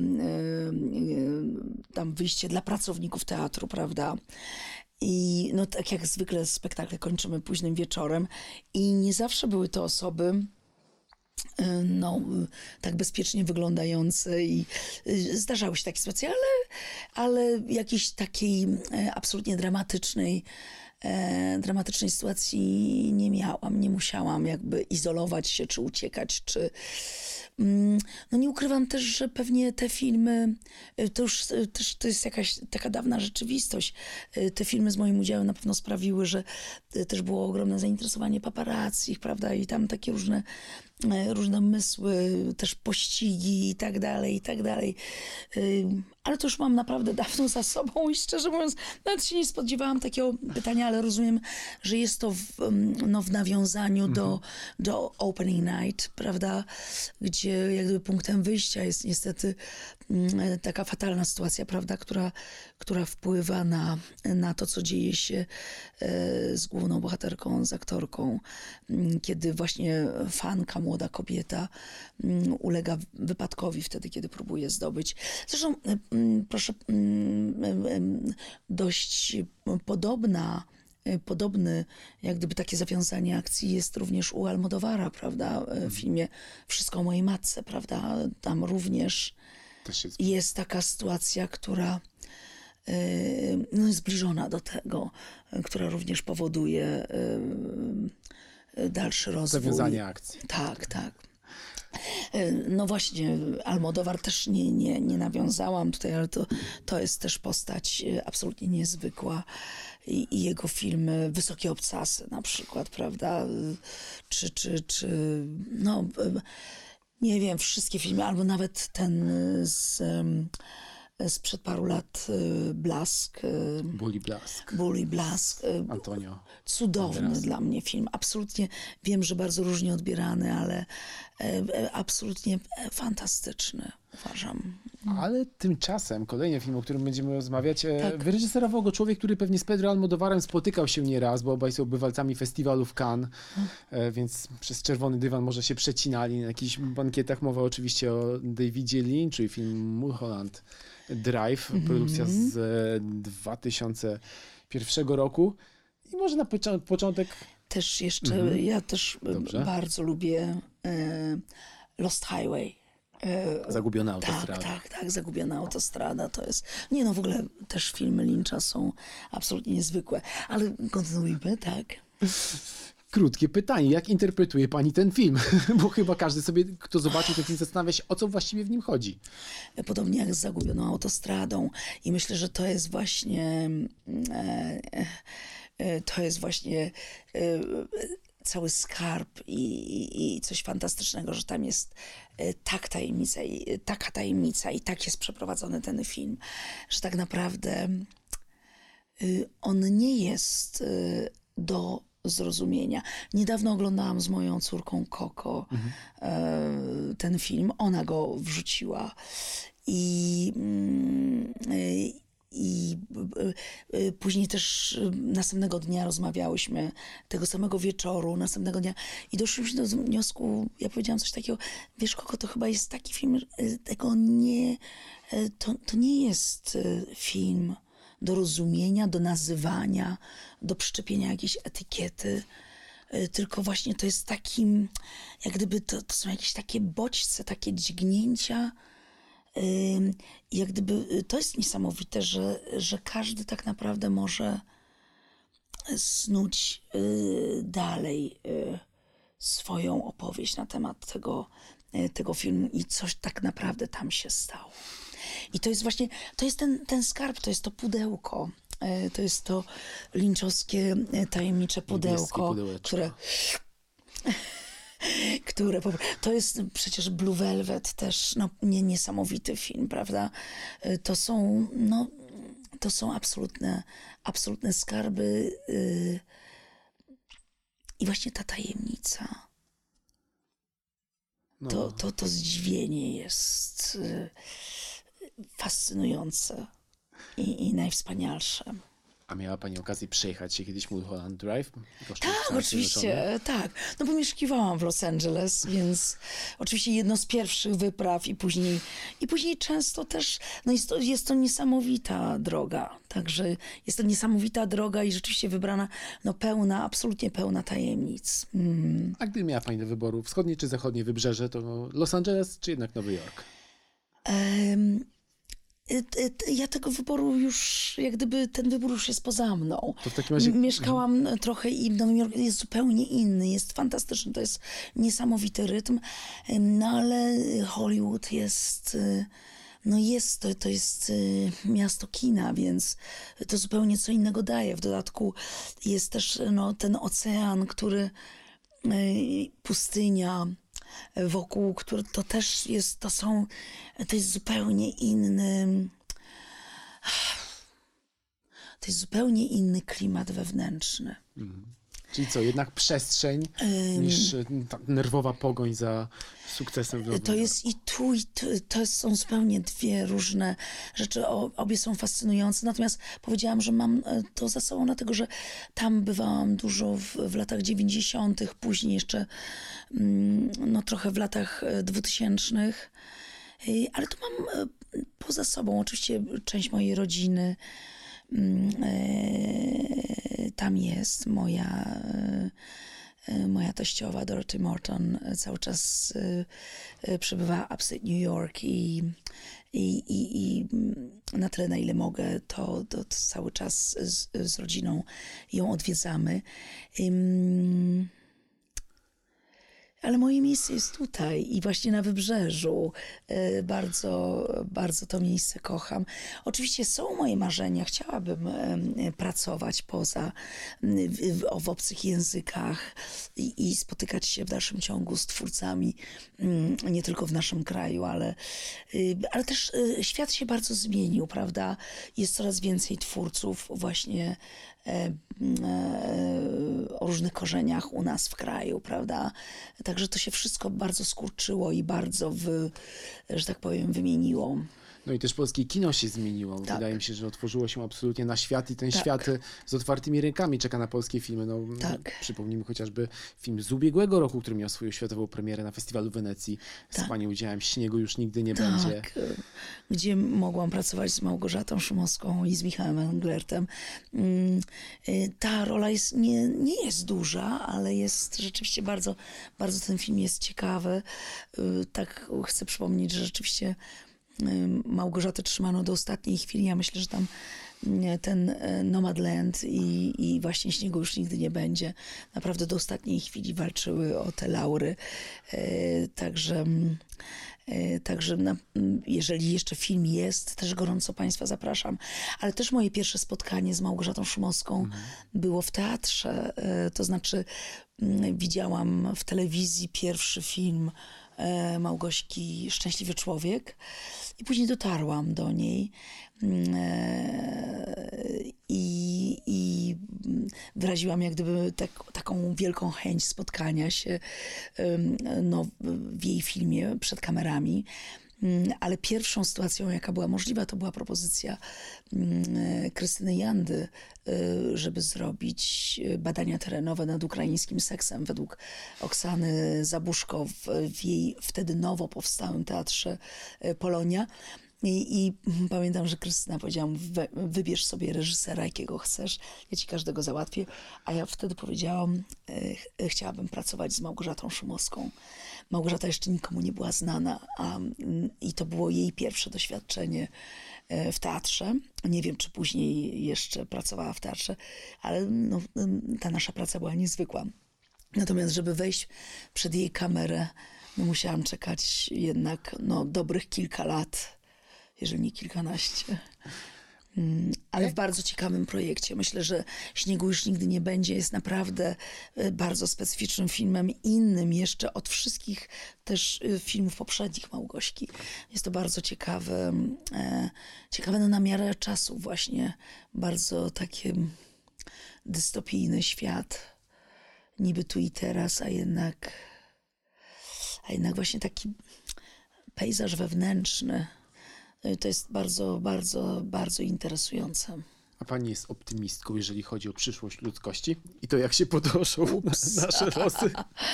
tam wyjście dla pracowników teatru, prawda? I no tak jak zwykle spektakle kończymy późnym wieczorem i nie zawsze były to osoby, no, tak bezpiecznie wyglądające i zdarzały się takie sytuacje, ale, ale jakiejś takiej absolutnie dramatycznej, e, dramatycznej sytuacji nie miałam, nie musiałam jakby izolować się, czy uciekać, czy... No nie ukrywam też, że pewnie te filmy, to już też to jest jakaś taka dawna rzeczywistość. Te filmy z moim udziałem na pewno sprawiły, że też było ogromne zainteresowanie paparazzi, prawda, i tam takie różne różne mysły, też pościgi i tak dalej, i tak dalej. Ale to już mam naprawdę dawno za sobą i szczerze mówiąc, nawet się nie spodziewałam takiego pytania, ale rozumiem, że jest to w, no, w nawiązaniu mhm. do, do Opening Night, prawda, gdzie jak gdyby punktem wyjścia jest niestety taka fatalna sytuacja, prawda, która, która wpływa na, na to, co dzieje się z główną bohaterką, z aktorką, kiedy właśnie fanka, młoda kobieta ulega wypadkowi wtedy, kiedy próbuje zdobyć. Zresztą, proszę, dość podobna y, podobny, jak gdyby takie zawiązanie akcji jest również u Almodovara, prawda, w filmie Wszystko o mojej matce, prawda, tam również Też jest. jest taka sytuacja, która y, no, jest zbliżona do tego, y, która również powoduje y, y, dalszy rozwój. Zawiązanie akcji. Tak, tak. Y, No właśnie, Almodovar też nie, nie, nie nawiązałam tutaj, ale to, to jest też postać y, absolutnie niezwykła. I, i jego filmy Wysokie obcasy na przykład, prawda? Y, Czy, czy, czy no... y, nie wiem, wszystkie filmy, albo nawet ten z, em, sprzed paru lat y, Blask, y, Ból i blask. Ból i Blask. y, Antonio. Cudowny Banderas. dla mnie film. Absolutnie wiem, że bardzo różnie odbierany, ale e, e, absolutnie e, fantastyczny, uważam. Ale tymczasem kolejny film, o którym będziemy rozmawiać, e, Tak. wyreżyserował go człowiek, który pewnie z Pedro Almodovarem spotykał się nieraz, bo obaj są bywalcami festiwalu w Cannes, e, więc przez czerwony dywan może się przecinali na jakichś bankietach. Mowa oczywiście o Davidzie Lynchu i film Mulholland Drive, produkcja z e, dwa tysiące pierwszego roku. I może na począ- początek Też jeszcze, ja też e, Dobrze. bardzo lubię e, Lost Highway. E, Zagubiona Tak, autostrada. tak, tak, Zagubiona autostrada to jest... Nie no, w ogóle też filmy Lyncha są absolutnie niezwykłe. Ale kontynuujmy, tak. Krótkie pytanie, jak interpretuje pani ten film? Bo chyba każdy sobie, kto zobaczył ten film, zastanawia się, o co właściwie w nim chodzi. Podobnie jak z Zagubioną autostradą. I myślę, że to jest właśnie... E, e, to jest właśnie... E, cały skarb i, i, i coś fantastycznego, że tam jest e, tak tajemnica, i, taka tajemnica i tak jest przeprowadzony ten film, że tak naprawdę y, on nie jest y, do zrozumienia. Niedawno oglądałam z moją córką Coco e, ten film. Ona go wrzuciła i mm, y, i y, y, później też y, następnego dnia rozmawiałyśmy, tego samego wieczoru, następnego dnia i doszliśmy do wniosku, ja powiedziałam coś takiego, wiesz Koko, to chyba jest taki film, y, tego nie, y, to, to nie jest y, film do rozumienia, do nazywania, do przyczepienia jakiejś etykiety, y, tylko właśnie to jest takim, jak gdyby to, to są jakieś takie bodźce, takie dźgnięcia. Ym, I jak gdyby y, to jest niesamowite, że, że każdy tak naprawdę może snuć y, dalej y, swoją opowieść na temat tego, y, tego filmu i coś tak naprawdę tam się stało. I to jest właśnie, to jest ten, ten skarb, to jest to pudełko, y, to jest to lynchowskie y, tajemnicze pudełko, pudełeczko. które... które po- to jest przecież Blue Velvet też no, nie, niesamowity film, prawda? Y, To są, no, to są absolutne, absolutne skarby y, i właśnie ta tajemnica, No, to, to, to zdziwienie jest y, fascynujące i, i najwspanialsze. a miała pani okazję przejechać się kiedyś Mulholland Drive? Kosztem Tak, Stanów oczywiście, Zjednoczonych? tak. No pomieszkiwałam w Los Angeles, więc oczywiście jedno z pierwszych wypraw i później, i później często też, no jest to, jest to niesamowita droga, także jest to niesamowita droga i rzeczywiście wybrana, no pełna, absolutnie pełna tajemnic. Mm. A gdy miała pani do wyboru wschodnie czy zachodnie wybrzeże, to Los Angeles czy jednak Nowy Jork? Em, y, y, y, Ja tego wyboru już, jak gdyby ten wybór już jest poza mną. To w takim razie- M- Mieszkałam trochę i w Nowym Jorku jest zupełnie inny, jest fantastyczny, to jest niesamowity rytm, em, no ale Hollywood jest, y, no jest, to, to jest y, miasto kina, więc to zupełnie co innego daje. W dodatku jest też no, ten ocean, który, y, pustynia, wokół, który to też jest, to są, to jest zupełnie inny, to jest zupełnie inny klimat wewnętrzny. Czyli co, jednak przestrzeń niż e, ta nerwowa pogoń za sukcesem w Nowym To jest i tu, i tu, to są zupełnie dwie różne rzeczy. O, obie są fascynujące. Natomiast powiedziałam, że mam e, to za sobą, dlatego że tam bywałam dużo w, w latach dziewięćdziesiątych, później jeszcze mm, no, trochę w latach e, dwutysięcznych. E, Ale tu mam e, poza sobą oczywiście część mojej rodziny. Tam jest moja, moja teściowa Dorothy Morton, cały czas przebywa upstate New York i, i, i, i na tyle, na ile mogę, to, to cały czas z, z rodziną ją odwiedzamy. Ale moje miejsce jest tutaj i właśnie na Wybrzeżu. Bardzo, bardzo to miejsce kocham. Oczywiście są moje marzenia. Chciałabym pracować poza, w, w obcych językach i, i spotykać się w dalszym ciągu z twórcami, nie tylko w naszym kraju, ale, ale też świat się bardzo zmienił, prawda? Jest coraz więcej twórców właśnie o różnych korzeniach u nas w kraju, prawda? Także to się wszystko bardzo skurczyło i bardzo, wy, że tak powiem, wymieniło. No i też polskie kino się zmieniło. Tak. Wydaje mi się, że otworzyło się absolutnie na świat i ten Tak. świat z otwartymi rękami czeka na polskie filmy. No, Tak. Przypomnijmy chociażby film z ubiegłego roku, który miał swoją światową premierę na Festiwalu w Wenecji. Z Tak. pani udziałem Śniegu już nigdy nie Tak, będzie. gdzie mogłam pracować z Małgorzatą Szumowską i z Michałem Englertem. Mm, y, Ta rola jest, nie, nie jest duża, ale jest rzeczywiście bardzo, bardzo ten film jest ciekawy. Y, Tak chcę przypomnieć, że rzeczywiście Małgorzatę trzymano do ostatniej chwili. Ja myślę, że tam ten Nomadland i, i właśnie Śniegu już nigdy nie będzie. Naprawdę do ostatniej chwili walczyły o te laury. Także, także na, jeżeli jeszcze film jest, też gorąco Państwa zapraszam. Ale też moje pierwsze spotkanie z Małgorzatą Szumowską mhm. było w teatrze. To znaczy widziałam w telewizji pierwszy film Małgośki Szczęśliwy Człowiek i później dotarłam do niej i, i wyraziłam jak gdyby tak, taką wielką chęć spotkania się no, w jej filmie przed kamerami. Ale pierwszą sytuacją, jaka była możliwa, to była propozycja Krystyny Jandy, żeby zrobić badania terenowe nad ukraińskim seksem według Oksany Zabuszko w, w jej wtedy nowo powstałym teatrze Polonia. I, I pamiętam, że Krystyna powiedziała, we, wybierz sobie reżysera, jakiego chcesz, ja ci każdego załatwię. A ja wtedy powiedziałam, e, chciałabym pracować z Małgorzatą Szumowską. Małgorzata jeszcze nikomu nie była znana, a, i to było jej pierwsze doświadczenie w teatrze. Nie wiem, czy później jeszcze pracowała w teatrze, ale no, ta nasza praca była niezwykła. Natomiast, żeby wejść przed jej kamerę, no, musiałam czekać jednak no, dobrych kilka lat, jeżeli nie kilkanaście. Ale w bardzo ciekawym projekcie. Myślę, że Śniegu już nigdy nie będzie. Jest naprawdę bardzo specyficznym filmem, innym jeszcze od wszystkich też filmów poprzednich Małgośki. Jest to bardzo ciekawe, ciekawe no, na miarę czasu właśnie. Bardzo taki dystopijny świat. Niby tu i teraz, a jednak, a jednak właśnie taki pejzaż wewnętrzny. To jest bardzo, bardzo, bardzo interesujące. A pani jest optymistką, jeżeli chodzi o przyszłość ludzkości? I to jak się podnoszą Ups. nasze losy?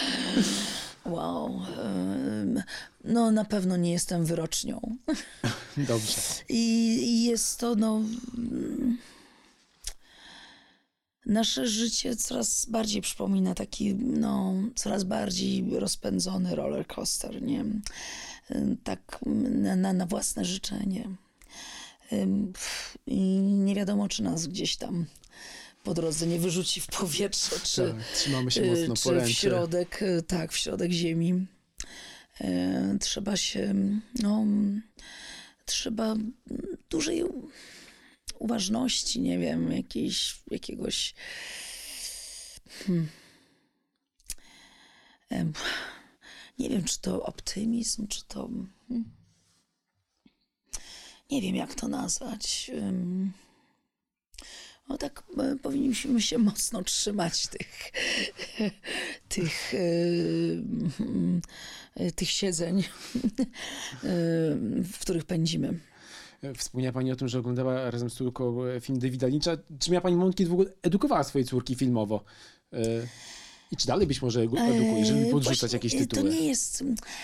Wow. No na pewno nie jestem wyrocznią. Dobrze. I jest to no... Nasze życie coraz bardziej przypomina taki, no, coraz bardziej rozpędzony roller coaster, nie? Tak na, na własne życzenie. I nie wiadomo, czy nas gdzieś tam po drodze nie wyrzuci w powietrze, czy, tak, trzymamy się mocno czy po ręce. w środek, tak, w środek ziemi. Trzeba się, no, trzeba dużej uważności, nie wiem, jakiejś, jakiegoś hmm, nie wiem, czy to optymizm, czy to hmm, nie wiem, jak to nazwać. No tak powinniśmy się mocno trzymać tych tych, tych siedzeń, w których pędzimy. Wspomniała pani o tym, że oglądała razem z córką film Davida Lyncha. Czy miała pani mątki, w ogóle edukowała swojej córki filmowo? I czy dalej być może edukuje, żeby podrzucać Właśnie, jakieś to tytuły? nie jest,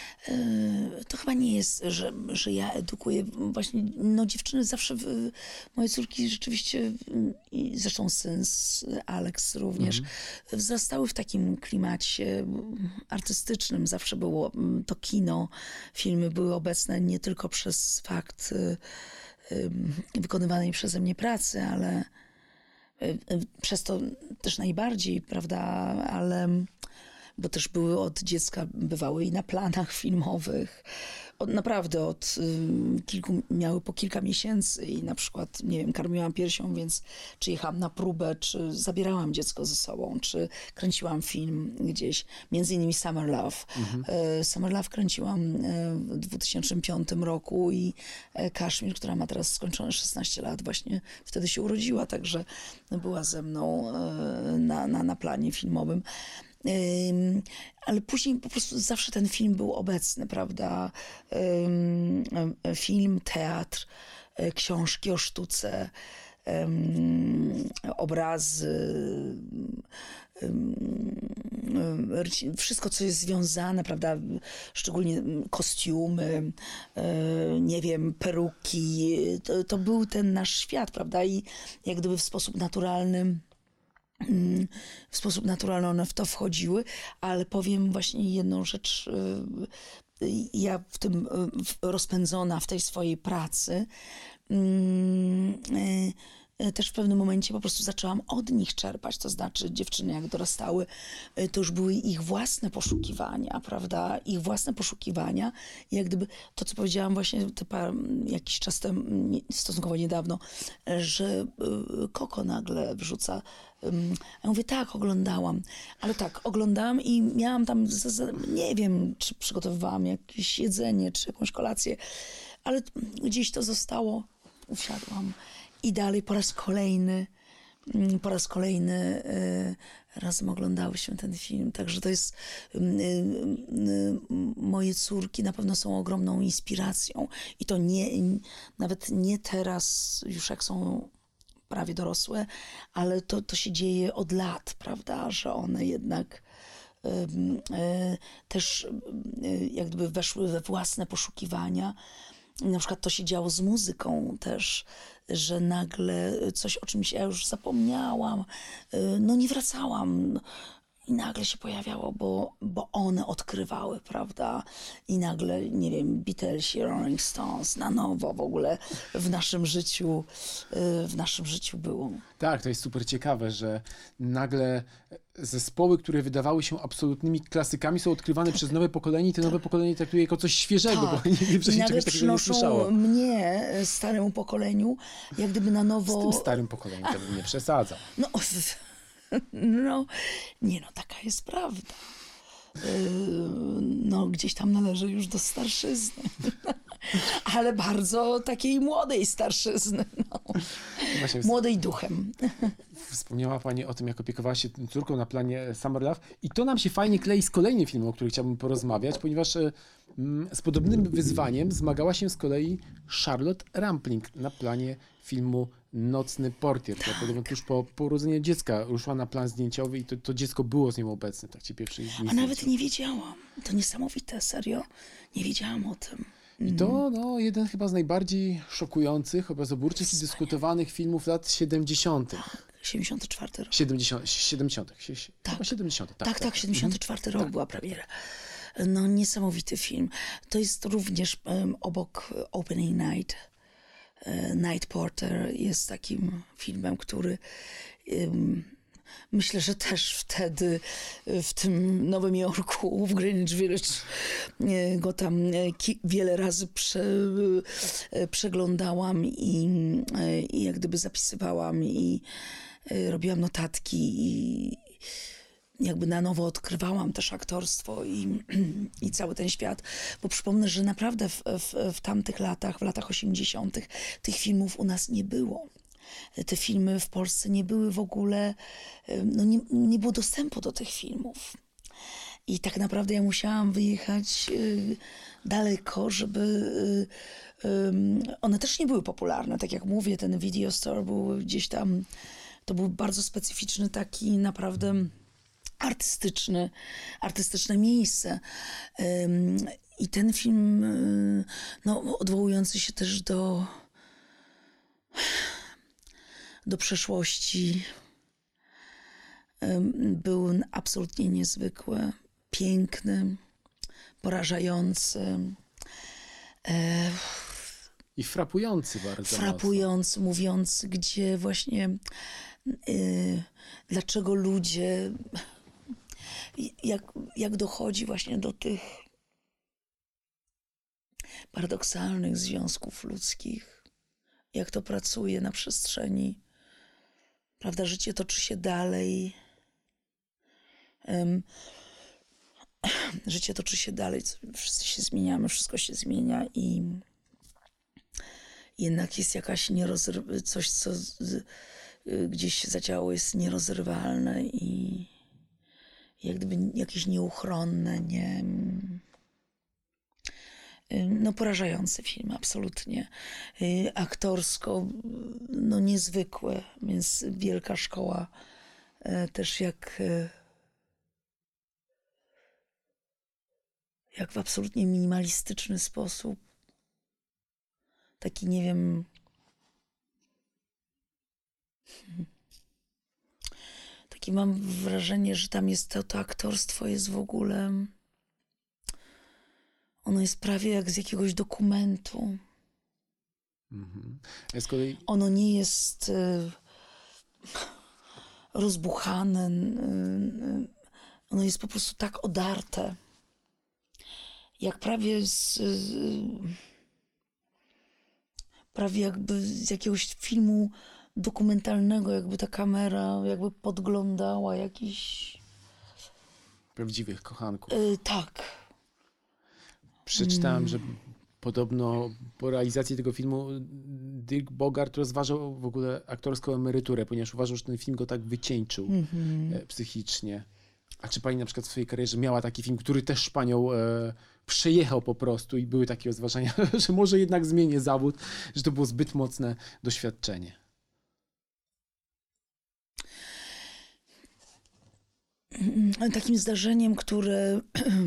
e, to chyba nie jest, że, że ja edukuję. Właśnie, no dziewczyny zawsze, w- moje córki rzeczywiście, i zresztą syn z Alex również, wzrastały w takim klimacie artystycznym. Zawsze było mm, to kino, filmy były obecne nie tylko przez fakt y, y, wykonywanej przeze mnie pracy, ale y, y, przez to też najbardziej, prawda, ale bo też były od dziecka, bywały i na planach filmowych. Od, naprawdę od y, kilku, miały po kilka miesięcy i na przykład, nie wiem, karmiłam piersią, więc czy jechałam na próbę, czy zabierałam dziecko ze sobą, czy kręciłam film gdzieś, między innymi Summer Love. Y, Summer Love kręciłam y, w dwa tysiące piątym roku i y, Kaszmir, która ma teraz skończone szesnaście lat, właśnie wtedy się urodziła, także była ze mną y, na, na, na planie filmowym. Ym, ale później po prostu zawsze ten film był obecny, prawda? Ym, y, film, teatr, y, książki o sztuce, ym, obrazy, ym, ym, wszystko, co jest związane, prawda? Szczególnie kostiumy, y, nie wiem, peruki. To, to był ten nasz świat, prawda? I jak gdyby w sposób naturalny w sposób naturalny one w to wchodziły, ale powiem właśnie jedną rzecz. y, Ja w tym y, w- rozpędzona w tej swojej pracy mm, y, y, też w pewnym momencie po prostu zaczęłam od nich czerpać, to znaczy dziewczyny jak dorastały, y, to już były ich własne poszukiwania, prawda, ich własne poszukiwania i jak gdyby to, co powiedziałam właśnie te par, jakiś czas temu, nie- stosunkowo niedawno, że y, Koko nagle wrzuca. Ym, Ja mówię, tak, oglądałam, ale tak, oglądałam i miałam tam, za- za- nie wiem, czy przygotowywałam jakieś jedzenie, czy jakąś kolację, ale gdzieś to zostało, usiadłam i dalej po raz kolejny, mm, po raz kolejny y, razem oglądałyśmy ten film, także to jest, y, y, y, moje córki na pewno są ogromną inspiracją i to nie, nawet nie teraz, już jak są prawie dorosłe, ale to, to się dzieje od lat, prawda, że one jednak ym, y, też y, jak gdyby weszły we własne poszukiwania. Na przykład to się działo z muzyką też, że nagle coś, o czymś ja już zapomniałam, y, no nie wracałam. I nagle się pojawiało, bo, bo one odkrywały, prawda? I nagle, nie wiem, Beatlesi, Rolling Stones na nowo w ogóle w naszym życiu, y, w naszym życiu było. Tak, to jest super ciekawe, że nagle zespoły, które wydawały się absolutnymi klasykami, są odkrywane przez nowe pokolenie i to nowe pokolenie traktuje jako coś świeżego, bo nigdy I wcześniej nagle czegoś takiego nie przynoszą słyszało. mnie, staremu pokoleniu, jak gdyby na Z nowo... tym starym pokoleniem to bym nie przesadzał. No, no, nie no, taka jest prawda. Yy, No, gdzieś tam należy już do starszyzny. Ale bardzo takiej młodej starszyzny. No. Właśnie Młodej duchem. wspomniała Pani o tym, jak opiekowała się tym córką na planie Summer Love i to nam się fajnie klei z kolejnym filmem, o którym chciałbym porozmawiać, ponieważ e, mm, z podobnym wyzwaniem zmagała się z kolei Charlotte Rampling na planie filmu Nocny portier, która podobno tuż po, po urodzeniu dziecka ruszyła na plan zdjęciowy i to, to dziecko było z nią obecne w trakcie pierwszej dni A nawet zdjęć. nie wiedziałam. To niesamowite, serio. Nie wiedziałam o tym. I to no, jeden chyba z najbardziej szokujących, obrazoburczych i dyskutowanych filmów lat siedemdziesiątych. siedemdziesiąty czwarty rok. siedemdziesiątych. siedemdziesiątych. Tak. Chyba siedemdziesiątych. Tak, tak, siedemdziesiąty czwarty rok była premiera. No, niesamowity film. To jest również um, obok Opening Night. e, Night Porter jest takim filmem, który um, myślę, że też wtedy e, w tym Nowym Jorku, w Greenwich Village e, go tam e, ki- wiele razy prze, e, przeglądałam i, e, i jak gdyby zapisywałam i e, robiłam notatki i jakby na nowo odkrywałam też aktorstwo i, i cały ten świat, bo przypomnę, że naprawdę w, w, w tamtych latach, w latach osiemdziesiątych tych filmów u nas nie było. Te filmy w Polsce nie były w ogóle, no nie, nie było dostępu do tych filmów. I tak naprawdę ja musiałam wyjechać y, daleko, żeby... Y, y, one też nie były popularne. Tak jak mówię, ten Video Store był gdzieś tam... To był bardzo specyficzny taki naprawdę artystyczny, artystyczne miejsce. Ym, I ten film, y, no, odwołujący się też do, do przeszłości, ym, był absolutnie niezwykły, piękny, porażający. E, I frapujący bardzo frapujący, mówiący, gdzie właśnie y, dlaczego ludzie, jak, jak dochodzi właśnie do tych paradoksalnych związków ludzkich, jak to pracuje na przestrzeni, prawda, życie toczy się dalej, um, życie toczy się dalej, wszyscy się zmieniamy, wszystko się zmienia i jednak jest jakaś nierozryw... coś, co z... gdzieś się zadziało, jest nierozrywalne i jak gdyby jakieś nieuchronne, nie... No porażający film, absolutnie. Aktorsko, no niezwykłe, więc wielka szkoła też jak jak w absolutnie minimalistyczny sposób, taki, nie wiem, takie mam wrażenie, że tam jest to, to aktorstwo jest w ogóle, ono jest prawie jak z jakiegoś dokumentu. Mhm. Ja z kolei... Ono nie jest y, rozbuchane, y, ono jest po prostu tak odarte, jak prawie z... Y, prawie jakby z jakiegoś filmu dokumentalnego, jakby ta kamera jakby podglądała jakiś... Prawdziwych kochanków. Yy, tak. Przeczytałem, mm. że podobno po realizacji tego filmu Dirk Bogarт rozważał w ogóle aktorską emeryturę, ponieważ uważał, że ten film go tak wycieńczył mm-hmm. psychicznie. A czy pani na przykład w swojej karierze miała taki film, który też panią e, przejechał po prostu i były takie rozważania, że może jednak zmienię zawód, że to było zbyt mocne doświadczenie? Takim zdarzeniem, które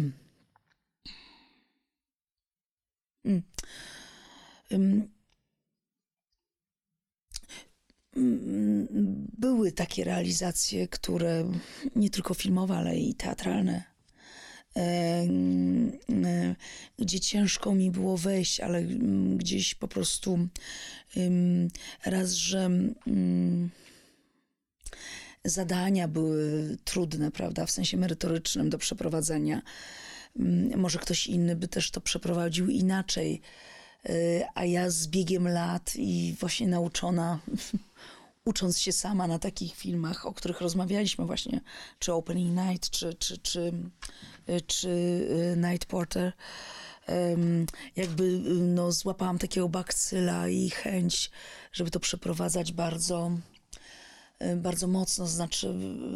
były takie realizacje, które nie tylko filmowe, ale i teatralne, gdzie ciężko mi było wejść, ale gdzieś po prostu raz, że zadania były trudne, prawda, w sensie merytorycznym do przeprowadzenia. Może ktoś inny by też to przeprowadził inaczej, a ja z biegiem lat i właśnie nauczona, ucząc się sama na takich filmach, o których rozmawialiśmy właśnie, czy Opening Night, czy, czy, czy, czy Night Porter, jakby no, złapałam takiego bakcyla i chęć, żeby to przeprowadzać bardzo, bardzo mocno, znaczy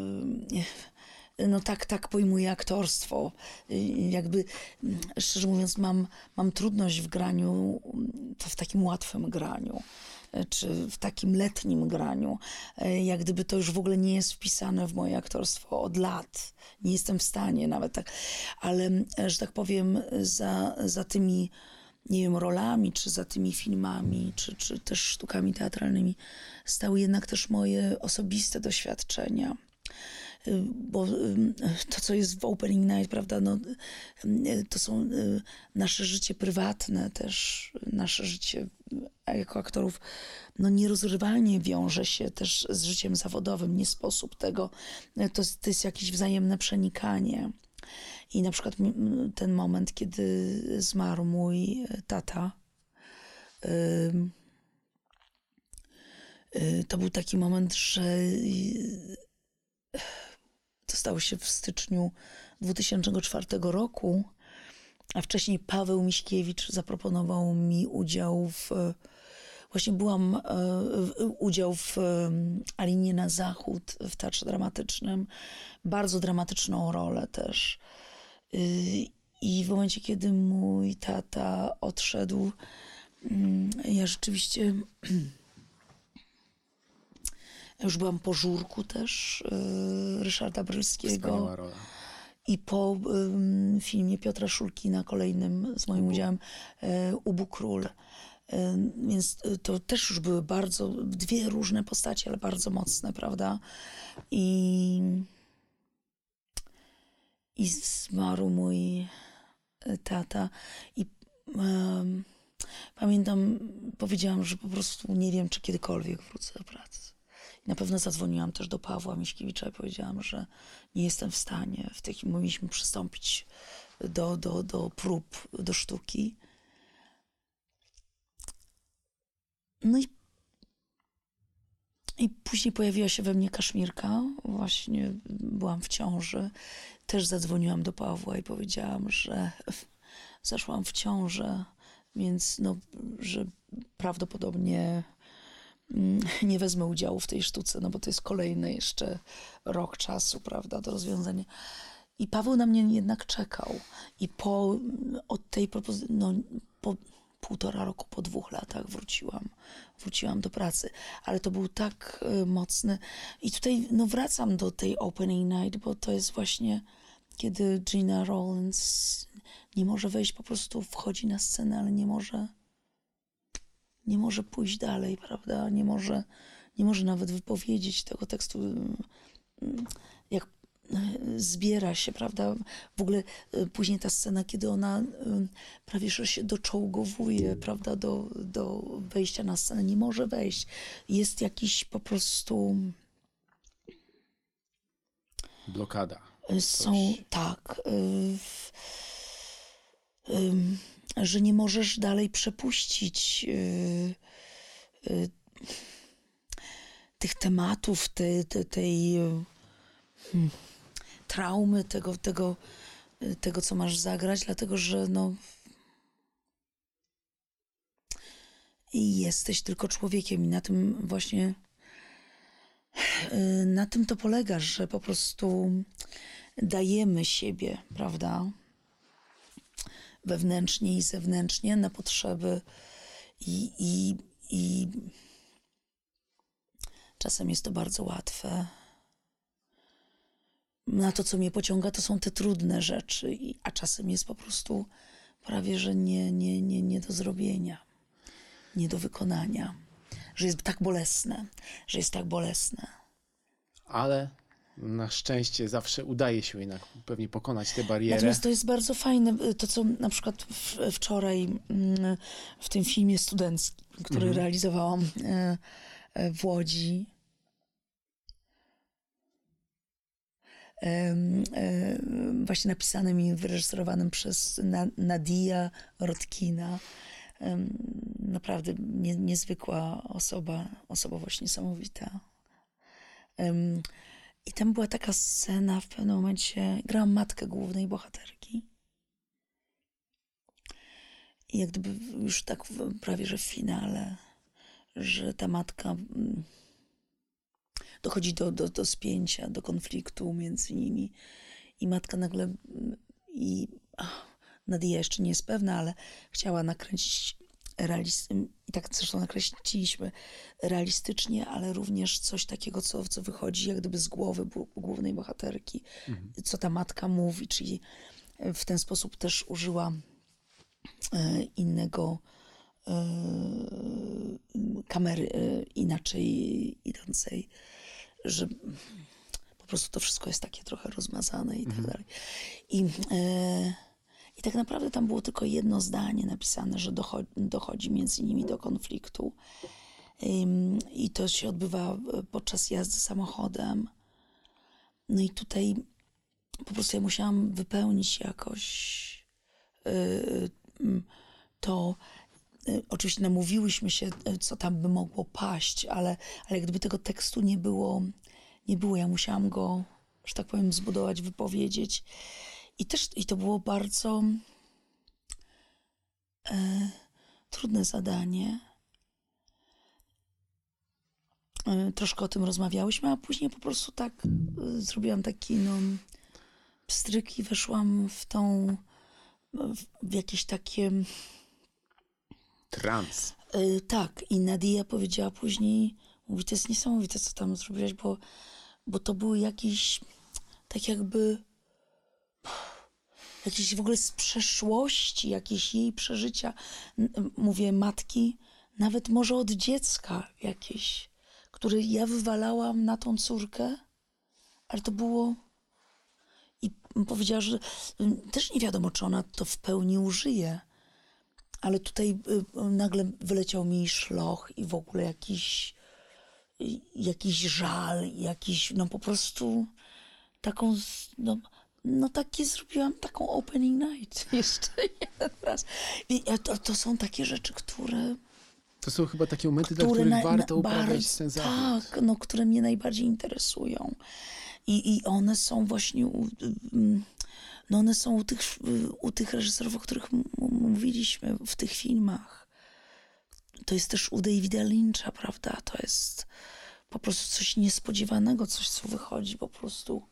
no tak, tak pojmuję aktorstwo. Jakby, szczerze mówiąc, mam, mam trudność w graniu, to w takim łatwym graniu, czy w takim letnim graniu. Jak gdyby to już w ogóle nie jest wpisane w moje aktorstwo od lat. Nie jestem w stanie nawet tak. Ale, że tak powiem, za, za tymi, nie wiem, rolami, czy za tymi filmami, czy, czy też sztukami teatralnymi stały jednak też moje osobiste doświadczenia. Bo to, co jest w Opening Night, prawda, no, to są nasze życie prywatne też, nasze życie jako aktorów, no nierozrywalnie wiąże się też z życiem zawodowym, nie sposób tego, to, to jest jakieś wzajemne przenikanie. I na przykład ten moment, kiedy zmarł mój tata, to był taki moment, że to stało się w styczniu dwa tysiące czwartego roku, a wcześniej Paweł Miśkiewicz zaproponował mi udział w... Właśnie byłam udział w Alinie na Zachód w Teatrze Dramatycznym. Bardzo dramatyczną rolę też. I w momencie, kiedy mój tata odszedł, ja rzeczywiście Już byłam po Żurku też y, Ryszarda Brylskiego. Wspaniała rola. I po y, filmie Piotra Szulkina, kolejnym z moim Ubu. udziałem, y, Ubu Król. Y, więc to też już były bardzo, dwie różne postacie, ale bardzo mocne, prawda? I, i zmarł mój tata. I y, pamiętam, powiedziałam, że po prostu nie wiem, czy kiedykolwiek wrócę do pracy. I na pewno zadzwoniłam też do Pawła Miśkiewicza i powiedziałam, że nie jestem w stanie. W takim mogliśmy przystąpić do, do, do prób, do sztuki. No i, i później pojawiła się we mnie Kaszmirka. Właśnie byłam w ciąży. Też zadzwoniłam do Pawła i powiedziałam, że zaszłam w ciążę, więc no, że prawdopodobnie nie wezmę udziału w tej sztuce, no bo to jest kolejny jeszcze rok czasu, prawda, do rozwiązania. I Paweł na mnie jednak czekał. I po od tej propozycji, no po półtora roku, po dwóch latach wróciłam. Wróciłam do pracy. Ale to był tak y, mocny. I tutaj no wracam do tej opening night, bo to jest właśnie kiedy Gina Rollins nie może wejść, po prostu wchodzi na scenę, ale nie może nie może pójść dalej, prawda? Nie może, nie może nawet wypowiedzieć tego tekstu, jak zbiera się, prawda? W ogóle później ta scena, kiedy ona prawie że się doczołgowuje, prawda, do, do wejścia na scenę, nie może wejść. Jest jakiś po prostu... Blokada. Są, Coś. tak... Y, y, że nie możesz dalej przepuścić yy, yy, tych tematów, te, te, tej yy, traumy, tego, tego, yy, tego, co masz zagrać, dlatego że no, i jesteś tylko człowiekiem i na tym właśnie yy, na tym to polega, że po prostu dajemy siebie, prawda? Wewnętrznie i zewnętrznie na potrzeby i, i, i czasem jest to bardzo łatwe. Na to, co mnie pociąga, to są te trudne rzeczy, a czasem jest po prostu prawie, że nie, nie, nie, nie do zrobienia, nie do wykonania, że jest tak bolesne, że jest tak bolesne. Ale na szczęście zawsze udaje się jednak pewnie pokonać tę barierę. Natomiast to jest bardzo fajne, to co na przykład wczoraj w tym filmie studenckim, który mhm. realizowałam w Łodzi, właśnie napisanym i wyreżyserowanym przez Nadia Rodkina. Naprawdę nie, niezwykła osoba, osobowość niesamowita. I tam była taka scena, w pewnym momencie grałam matkę głównej bohaterki. I jak gdyby już tak w, prawie, że w finale, że ta matka dochodzi do, do, do spięcia, do konfliktu między nimi. I matka nagle, i ach, Nadia jeszcze nie jest pewna, ale chciała nakręcić realistycznie, i tak zresztą nakreśliliśmy realistycznie, ale również coś takiego, co, co wychodzi jak gdyby z głowy głównej bohaterki, mhm. co ta matka mówi, czyli w ten sposób też użyła e, innego e, kamery e, inaczej idącej, że po prostu to wszystko jest takie trochę rozmazane i mhm. tak dalej. I e, I tak naprawdę tam było tylko jedno zdanie napisane, że dochodzi, dochodzi między nimi do konfliktu. I to się odbywa podczas jazdy samochodem. No i tutaj po prostu ja musiałam wypełnić jakoś to. Oczywiście namówiłyśmy się, co tam by mogło paść, ale, ale gdyby tego tekstu nie było, nie było, ja musiałam go, że tak powiem, zbudować, wypowiedzieć. I też i to było bardzo e, trudne zadanie. E, troszkę o tym rozmawiałyśmy, a później po prostu tak e, zrobiłam taki no, pstryk i weszłam w tą, w, w jakieś takie... Trans. E, tak, i Nadia powiedziała później, Mówi, to jest niesamowite, co tam zrobiłaś, bo, bo to były jakieś, tak jakby, jakieś w ogóle z przeszłości, jakieś jej przeżycia, N- mówię, matki, nawet może od dziecka jakieś, które ja wywalałam na tą córkę, ale to było... I powiedziała, że też nie wiadomo, czy ona to w pełni użyje, ale tutaj y, nagle wyleciał mi szloch i w ogóle jakiś, y, jakiś żal, jakiś, no po prostu taką, z- no, no takie zrobiłam, taką opening night jeszcze jeden raz. I to, to są takie rzeczy, które... To są chyba takie momenty, dla które których na- warto na- uprawiać bardzo- ten zawód. Tak, no, które mnie najbardziej interesują. I, i one są właśnie u, mm, no one są u tych, u tych reżyserów, o których m- m- mówiliśmy w tych filmach. To jest też u Davida Lyncha, prawda? To jest po prostu coś niespodziewanego, coś, co wychodzi po prostu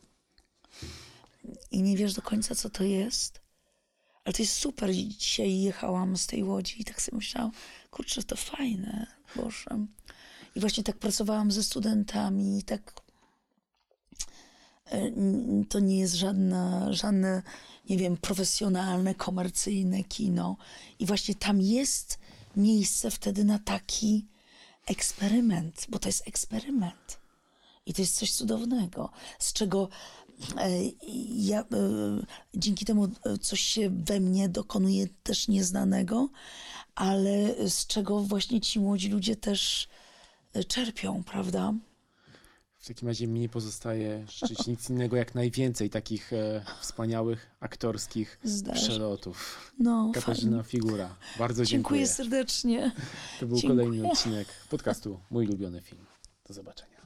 i nie wiesz do końca, co to jest. Ale to jest super. I dzisiaj jechałam z tej Łodzi i tak sobie myślałam, kurczę, to fajne, Boże. I właśnie tak pracowałam ze studentami i tak e, n- to nie jest żadne, żadne, nie wiem, profesjonalne, komercyjne kino. I właśnie tam jest miejsce wtedy na taki eksperyment, bo to jest eksperyment. I to jest coś cudownego, z czego e, ja, e, dzięki temu e, coś się we mnie dokonuje też nieznanego, ale z czego właśnie ci młodzi ludzie też e, czerpią, prawda? W takim razie mi nie pozostaje życzyć nic innego jak najwięcej takich e, wspaniałych aktorskich Zdarza. przelotów. No, Katarzyna fajnie. Figura. Bardzo Dziękuję dziękuję. serdecznie. To był Dziękuję. kolejny odcinek podcastu Mój ulubiony film. Do zobaczenia.